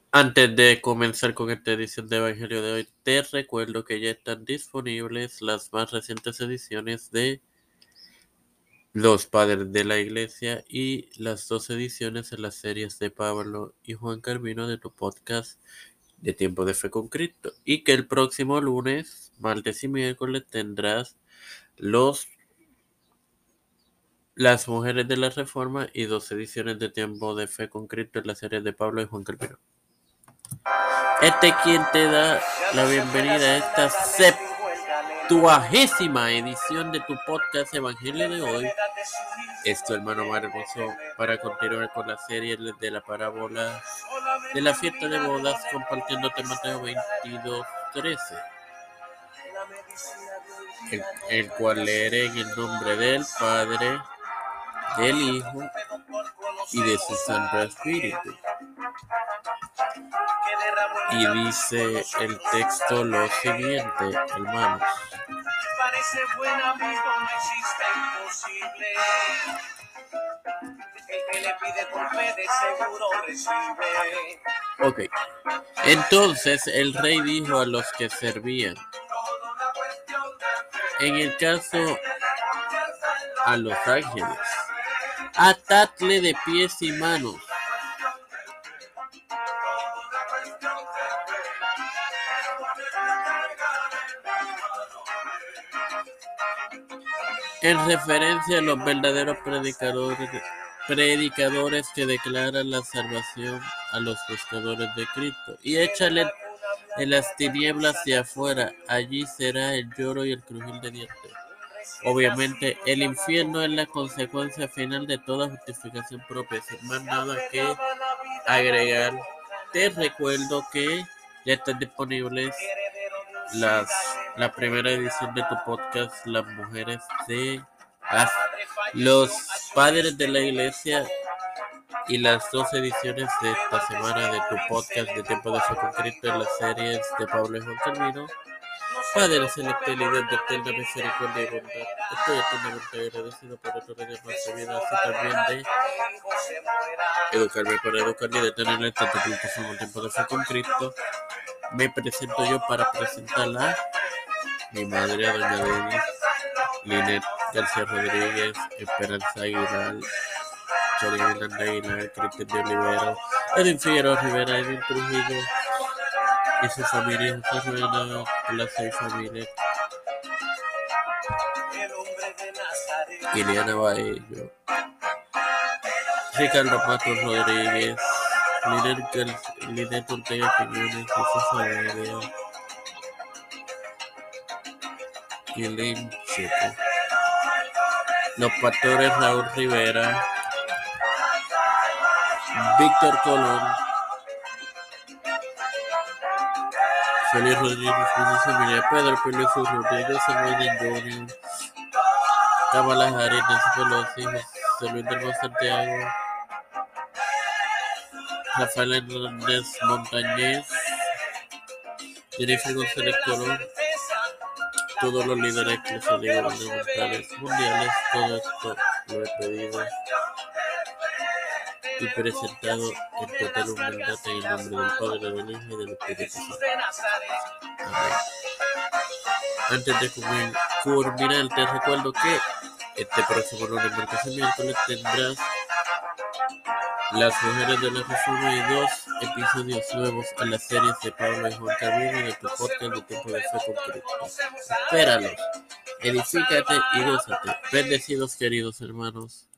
Antes de comenzar con esta edición de Evangelio de hoy, te recuerdo que ya están disponibles las más recientes ediciones de Los Padres de la Iglesia y las dos ediciones en las series de Pablo y Juan Carvino de tu podcast de Tiempo de Fe con Cristo. Y que el próximo lunes, martes y miércoles tendrás las Mujeres de la Reforma y dos ediciones de Tiempo de Fe con Cristo en las series de Pablo y Juan Carvino. Quien te da la bienvenida a esta 70ª edición de tu podcast Evangelio de hoy. Es tu hermano más hermoso para continuar con la serie de la parábola de la fiesta de bodas, compartiéndote Mateo 22:13, el cual leeré en el nombre del Padre, del Hijo y de su Santo Espíritu. Y dice el texto lo siguiente, hermanos. Parece buen amigo, no existe imposible. El que le pide por fe de seguro recibe. Ok. Entonces el rey dijo a los que servían, en el caso a los ángeles, atadle de pies y manos. En referencia a los verdaderos predicadores que declaran la salvación a los buscadores de Cristo, y échale en las tinieblas hacia afuera, allí será el lloro y el crujir de dientes. Obviamente, el infierno es la consecuencia final de toda justificación propia, sin más nada que agregar. Te recuerdo que ya están disponibles la primera edición de tu podcast, Las Mujeres de los Padres de la Iglesia, y las dos ediciones de esta semana de tu podcast de Tiempo de Fe con Cristo en las series de Pablo y Juan Carvino. Padre celestial y Dios de eterna misericordia y bondad, estoy eternamente agradecido por otro día más de vida, así también de educarme para educar y de tener esta plataforma Tiempo de Fe con Cristo. Me presento yo para presentar a mi madre, a doña Denis, Linet García Rodríguez, Esperanza Aguilar, Chori Miranda Aguilar, Cristian de Olivera, Edwin Figueroa Rivera, Edwin Trujillo y su familia, José Rueda, Plaza y familia, Ileana Baello, Ricardo Matos Rodríguez, Linet Ortega Quiñones, Jesús Aurelio, Elaine Checo, los pastores Raúl Rivera, Víctor Colón, Félix Rodríguez, Jesús Emilia, Pedro Pérez Rodríguez, Samuel Junior, Kamala Harris, Nancy Pelosi, José Luis del Santiago, Rafael Hernández Montañez, Jennifer González Colón, todos los líderes eclesiásticos gubernamentales mundiales. Todo esto lo he pedido y presentado en total humildad en el nombre del Padre, del Hijo y del Espíritu Santo. Amén. Antes de culminar, te recuerdo que este próximo lunes, martes y miércoles tendrás Las Mujeres de la Reforma y dos episodios nuevos en las series de Pablo y Juan Carvino de tu podcast de Tiempo de Fe con Cristo. Espéralos, edifícate y gózate. Bendecidos, queridos hermanos.